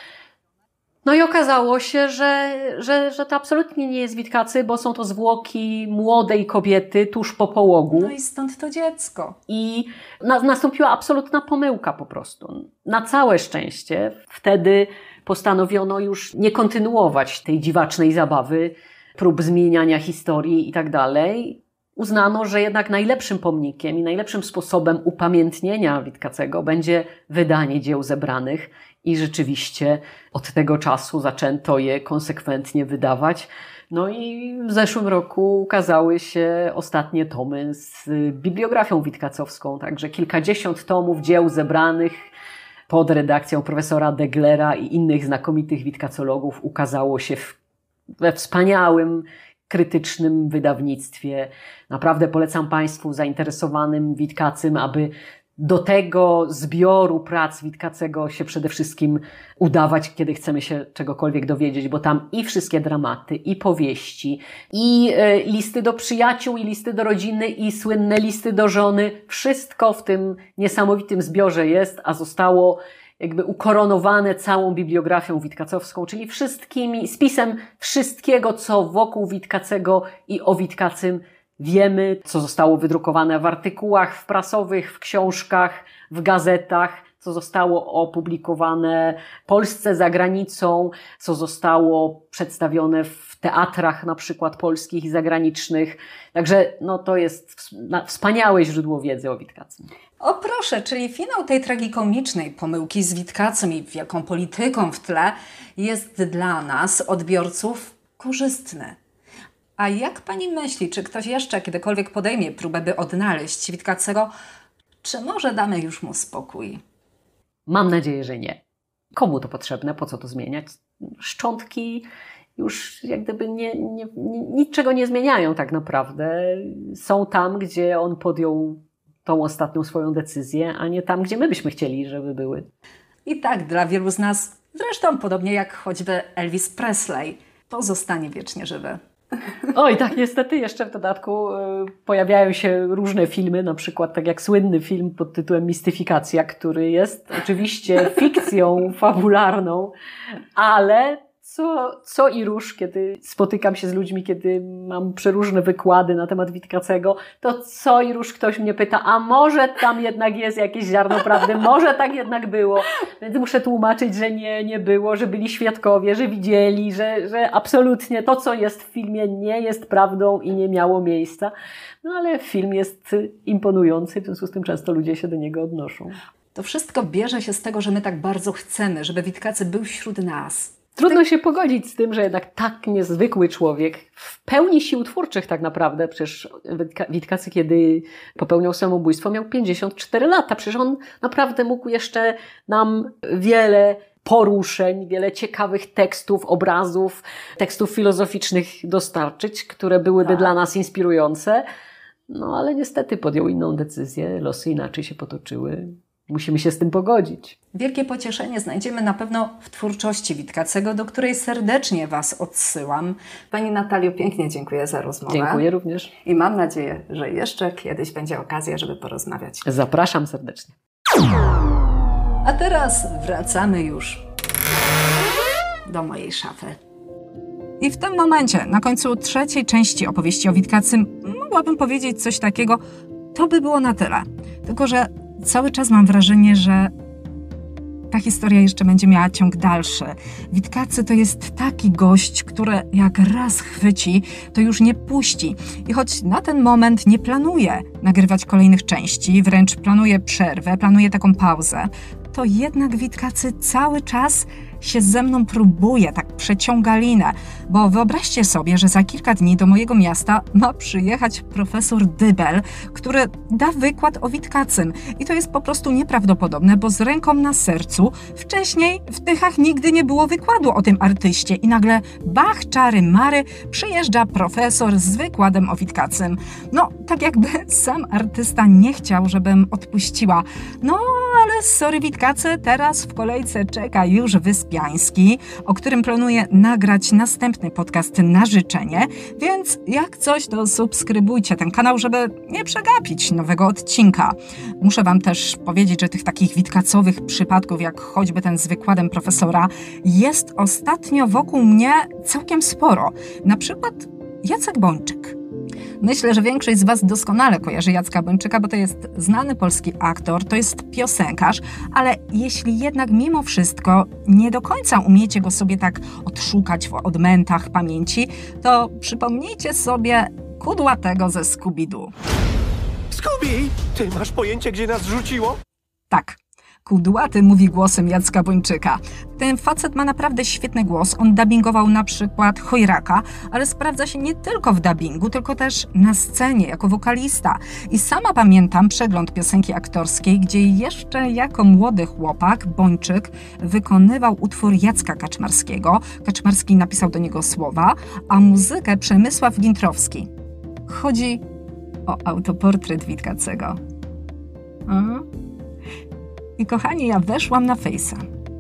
No i okazało się, że to absolutnie nie jest Witkacy, bo są to zwłoki młodej kobiety tuż po połogu. No i stąd to dziecko. I nastąpiła absolutna pomyłka po prostu. Na całe szczęście wtedy postanowiono już nie kontynuować tej dziwacznej zabawy, prób zmieniania historii i tak dalej. Uznano, że jednak najlepszym pomnikiem i najlepszym sposobem upamiętnienia Witkacego będzie wydanie dzieł zebranych i rzeczywiście od tego czasu zaczęto je konsekwentnie wydawać. No i w zeszłym roku ukazały się ostatnie tomy z bibliografią witkacowską, także kilkadziesiąt tomów dzieł zebranych pod redakcją profesora Deglera i innych znakomitych witkacologów ukazało się we wspaniałym, krytycznym wydawnictwie. Naprawdę polecam Państwu zainteresowanym Witkacym, aby do tego zbioru prac Witkacego się przede wszystkim udawać, kiedy chcemy się czegokolwiek dowiedzieć, bo tam i wszystkie dramaty, i powieści, i listy do przyjaciół, i listy do rodziny, i słynne listy do żony. Wszystko w tym niesamowitym zbiorze jest, a zostało jakby ukoronowane całą bibliografią witkacowską, czyli spisem wszystkiego, co wokół Witkacego i o Witkacym wiemy, co zostało wydrukowane w artykułach prasowych, w książkach, w gazetach, co zostało opublikowane w Polsce, za granicą, co zostało przedstawione w teatrach na przykład polskich i zagranicznych. Także to jest wspaniałe źródło wiedzy o Witkacym. O proszę, czyli finał tej tragikomicznej pomyłki z Witkacem i wielką polityką w tle jest dla nas, odbiorców, korzystny. A jak pani myśli, czy ktoś jeszcze kiedykolwiek podejmie próbę, by odnaleźć Witkacego, czy może damy już mu spokój? Mam nadzieję, że nie. Komu to potrzebne? Po co to zmieniać? Szczątki już jak gdyby niczego nie zmieniają tak naprawdę. Są tam, gdzie on podjął tą ostatnią swoją decyzję, a nie tam, gdzie my byśmy chcieli, żeby były. I tak dla wielu z nas, zresztą podobnie jak choćby Elvis Presley, pozostanie wiecznie żywy. Oj, tak, niestety jeszcze w dodatku pojawiają się różne filmy, na przykład tak jak słynny film pod tytułem Mistyfikacja, który jest oczywiście fikcją fabularną, ale co i róż, kiedy spotykam się z ludźmi, kiedy mam przeróżne wykłady na temat Witkacego, to co i róż ktoś mnie pyta, a może tam jednak jest jakieś ziarno prawdy, może tak jednak było. Więc muszę tłumaczyć, że nie było, że byli świadkowie, że widzieli, że absolutnie to, co jest w filmie, nie jest prawdą i nie miało miejsca. No ale film jest imponujący, w związku z tym często ludzie się do niego odnoszą. To wszystko bierze się z tego, że my tak bardzo chcemy, żeby Witkacy był wśród nas. Trudno się pogodzić z tym, że jednak tak niezwykły człowiek, w pełni sił twórczych tak naprawdę, przecież Witkacy, kiedy popełniał samobójstwo, miał 54 lata. Przecież on naprawdę mógł jeszcze nam wiele poruszeń, wiele ciekawych tekstów, obrazów, tekstów filozoficznych dostarczyć, które byłyby dla nas inspirujące. No ale niestety podjął inną decyzję, losy inaczej się potoczyły. Musimy się z tym pogodzić. Wielkie pocieszenie znajdziemy na pewno w twórczości Witkacego, do której serdecznie Was odsyłam. Pani Natalio, pięknie dziękuję za rozmowę. Dziękuję również. I mam nadzieję, że jeszcze kiedyś będzie okazja, żeby porozmawiać. Zapraszam serdecznie. A teraz wracamy już do mojej szafy. I w tym momencie, na końcu trzeciej części opowieści o Witkacym, mogłabym powiedzieć coś takiego, to by było na tyle. Tylko że cały czas mam wrażenie, że ta historia jeszcze będzie miała ciąg dalszy. Witkacy to jest taki gość, który jak raz chwyci, to już nie puści. I choć na ten moment nie planuję nagrywać kolejnych części, wręcz planuję przerwę, planuję taką pauzę, to jednak Witkacy cały czas się ze mną próbuje, tak przeciąga linę. Bo wyobraźcie sobie, że za kilka dni do mojego miasta ma przyjechać profesor Dybel, który da wykład o Witkacym. I to jest po prostu nieprawdopodobne, bo z ręką na sercu wcześniej w Tychach nigdy nie było wykładu o tym artyście. I nagle bach, czary, mary, przyjeżdża profesor z wykładem o Witkacym. No, tak jakby sam artysta nie chciał, żebym odpuściła. No, ale sorry Witkacy, teraz w kolejce czeka już Wyspiański, o którym planuję nagrać następny podcast na życzenie, więc jak coś, to subskrybujcie ten kanał, żeby nie przegapić nowego odcinka. Muszę Wam też powiedzieć, że tych takich witkacowych przypadków, jak choćby ten z wykładem profesora, jest ostatnio wokół mnie całkiem sporo. Na przykład Jacek Bończyk. Myślę, że większość z Was doskonale kojarzy Jacka Bończyka, bo to jest znany polski aktor, to jest piosenkarz, ale jeśli jednak mimo wszystko nie do końca umiecie go sobie tak odszukać w odmętach pamięci, to przypomnijcie sobie Kudłatego ze Scooby-Doo. Scooby, ty masz pojęcie, gdzie nas rzuciło? Tak. Kudłaty mówi głosem Jacka Bończyka. Ten facet ma naprawdę świetny głos. On dubbingował na przykład Chojraka, ale sprawdza się nie tylko w dubbingu, tylko też na scenie jako wokalista. I sama pamiętam przegląd piosenki aktorskiej, gdzie jeszcze jako młody chłopak Bończyk wykonywał utwór Jacka Kaczmarskiego. Kaczmarski napisał do niego słowa, a muzykę Przemysław Gintrowski. Chodzi o autoportret Witkacego. I kochani, ja weszłam na Face'a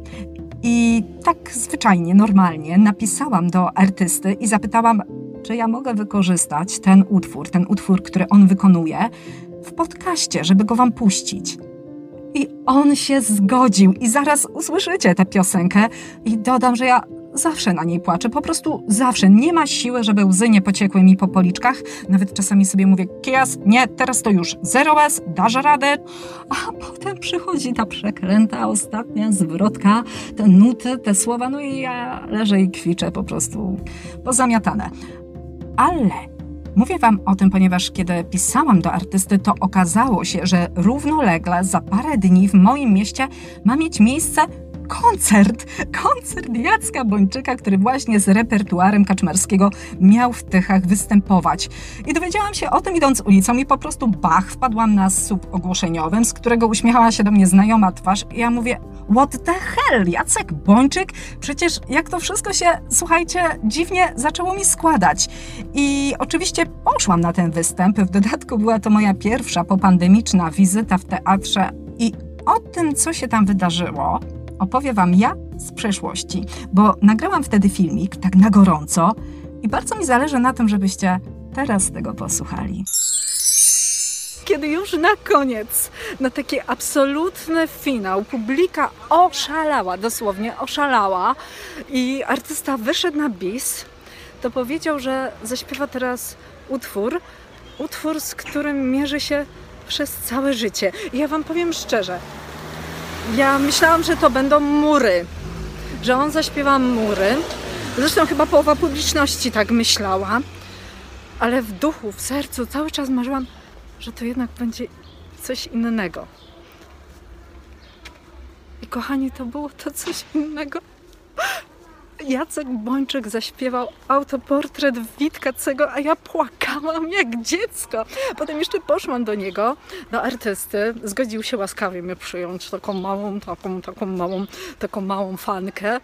i tak zwyczajnie, normalnie napisałam do artysty i zapytałam, czy ja mogę wykorzystać ten utwór, który on wykonuje w podcaście, żeby go Wam puścić. I on się zgodził i zaraz usłyszycie tę piosenkę i dodam, że ja zawsze na niej płaczę, po prostu zawsze. Nie ma siły, żeby łzy nie pociekły mi po policzkach. Nawet czasami sobie mówię, Kias, nie, teraz to już zero łez, dasz radę. A potem przychodzi ta przeklęta ostatnia zwrotka, te nuty, te słowa, no i ja leżę i kwiczę po prostu pozamiatane. Ale mówię Wam o tym, ponieważ kiedy pisałam do artysty, to okazało się, że równolegle za parę dni w moim mieście ma mieć miejsce koncert Jacka Bończyka, który właśnie z repertuarem Kaczmarskiego miał w Tychach występować. I dowiedziałam się o tym idąc ulicą i po prostu wpadłam na słup ogłoszeniowym, z którego uśmiechała się do mnie znajoma twarz i ja mówię, what the hell, Jacek Bończyk? Przecież jak to wszystko się, słuchajcie, dziwnie zaczęło mi składać. I oczywiście poszłam na ten występ, w dodatku była to moja pierwsza popandemiczna wizyta w teatrze i o tym, co się tam wydarzyło, opowie Wam ja z przeszłości, bo nagrałam wtedy filmik tak na gorąco i bardzo mi zależy na tym, żebyście teraz tego posłuchali. Kiedy już na koniec, na taki absolutny finał, publika oszalała, dosłownie oszalała i artysta wyszedł na bis, to powiedział, że zaśpiewa teraz utwór, z którym mierzy się przez całe życie. I ja Wam powiem szczerze, ja myślałam, że to będą mury, że on zaśpiewa mury. Zresztą chyba połowa publiczności tak myślała, ale w duchu, w sercu cały czas marzyłam, że to jednak będzie coś innego. I kochani, to było to coś innego. Jacek Bończyk zaśpiewał autoportret Witkacego, a ja płakałam jak dziecko. Potem jeszcze poszłam do niego, do artysty. Zgodził się łaskawie mnie przyjąć, taką małą fankę.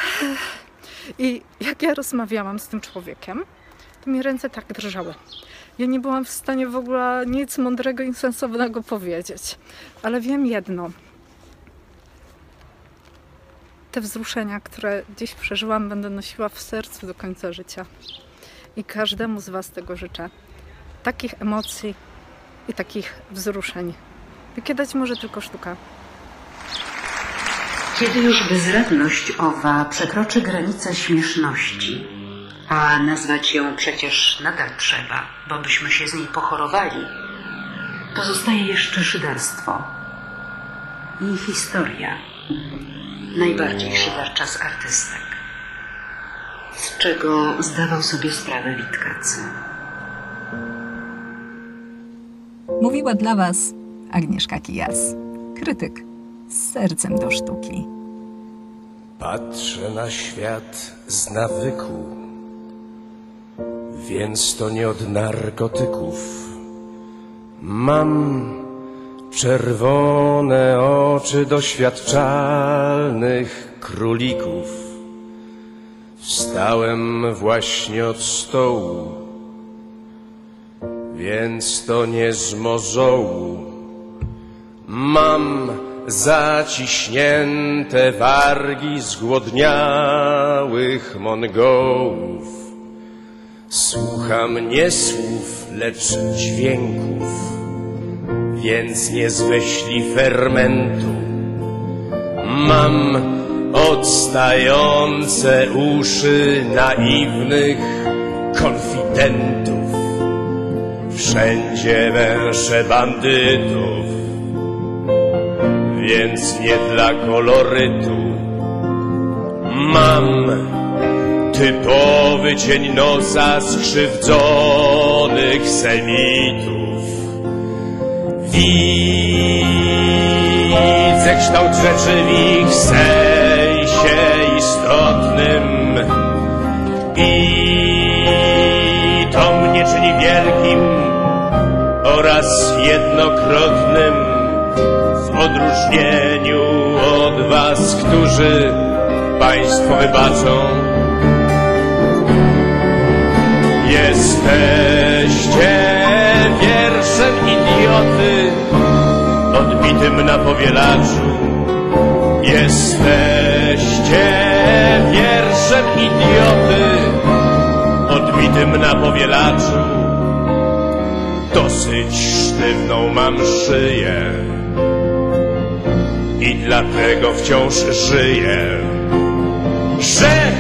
I jak ja rozmawiałam z tym człowiekiem, to mi ręce tak drżały. Ja nie byłam w stanie w ogóle nic mądrego i sensownego powiedzieć. Ale wiem jedno. Te wzruszenia, które dziś przeżyłam, będę nosiła w sercu do końca życia. I każdemu z Was tego życzę. Takich emocji i takich wzruszeń, jakie dać może tylko sztuka. Kiedy już bezradność owa przekroczy granicę śmieszności, a nazwać ją przecież nadal trzeba, bo byśmy się z niej pochorowali, pozostaje jeszcze szyderstwo i historia, najbardziej szydercza z artystek, z czego zdawał sobie sprawę Witkacy. Mówiła dla Was Agnieszka Kijas, krytyk z sercem do sztuki. Patrzę na świat z nawyku, więc to nie od narkotyków. Mam czerwone oczy doświadczalnych królików. Wstałem właśnie od stołu, więc to nie z mozołu. Mam zaciśnięte wargi zgłodniałych Mongołów. Słucham nie słów, lecz dźwięków, więc nie z myśli fermentu. Mam odstające uszy naiwnych konfidentów. Wszędzie węsze bandytów, więc nie dla kolorytu. Mam typowy cień nosa skrzywdzonych semitów. Widzę kształt rzeczy w ich sensie istotnym i to mnie czyni wielkim oraz jednokrotnym, w odróżnieniu od was, którzy państwo wybaczą. Jesteście wierszem idioty odbitym na powielaczu. Jesteście wierszem idioty odbitym na powielaczu. Dosyć sztywną mam szyję i dlatego wciąż żyję, że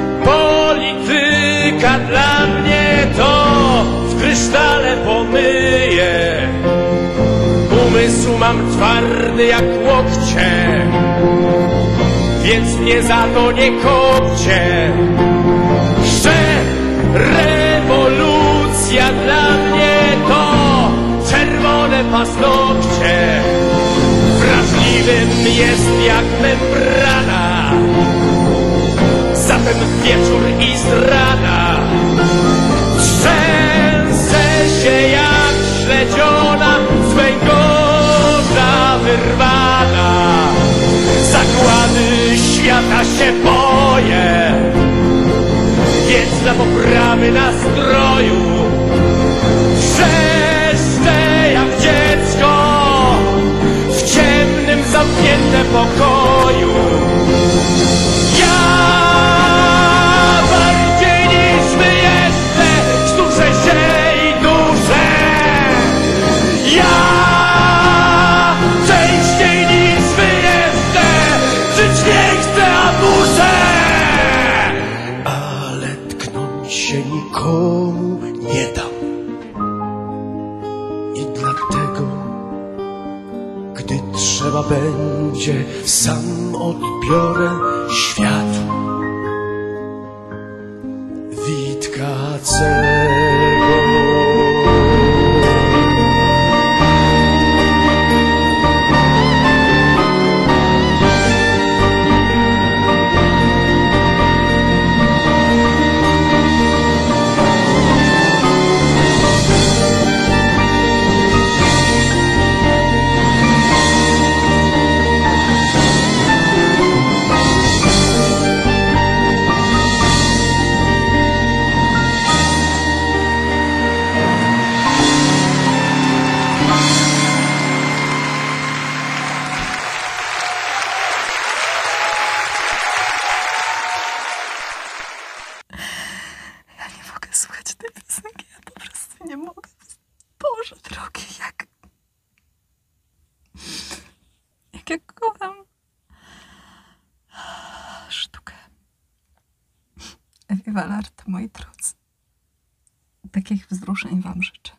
polityka dla mnie to w krysztale pomyje. Umysł mam twardy jak łokcie, więc mnie za to nie kopcie, że rewolucja dla mnie to czerwone paznokcie. Wrażliwym jest jak membrana, zatem wieczór i zrada. Trzęsę się jak śledziona, z węgorza wyrwana. Zakłady świata się boję, więc dla poprawy nastroju wrzeszczę jak dziecko w ciemnym, zamkniętym pokoju. Ja bardziej niż wy jeszcze sztuczę się i duszę. Ja częściej niż wy jeszcze żyć nie chcę, a muszę. Ale tknąć się nikomu nie dam. I dlatego, gdy trzeba będzie, sam odbiorę światu Witkacego. Walart, moi drodzy. Takich wzruszeń wam życzę.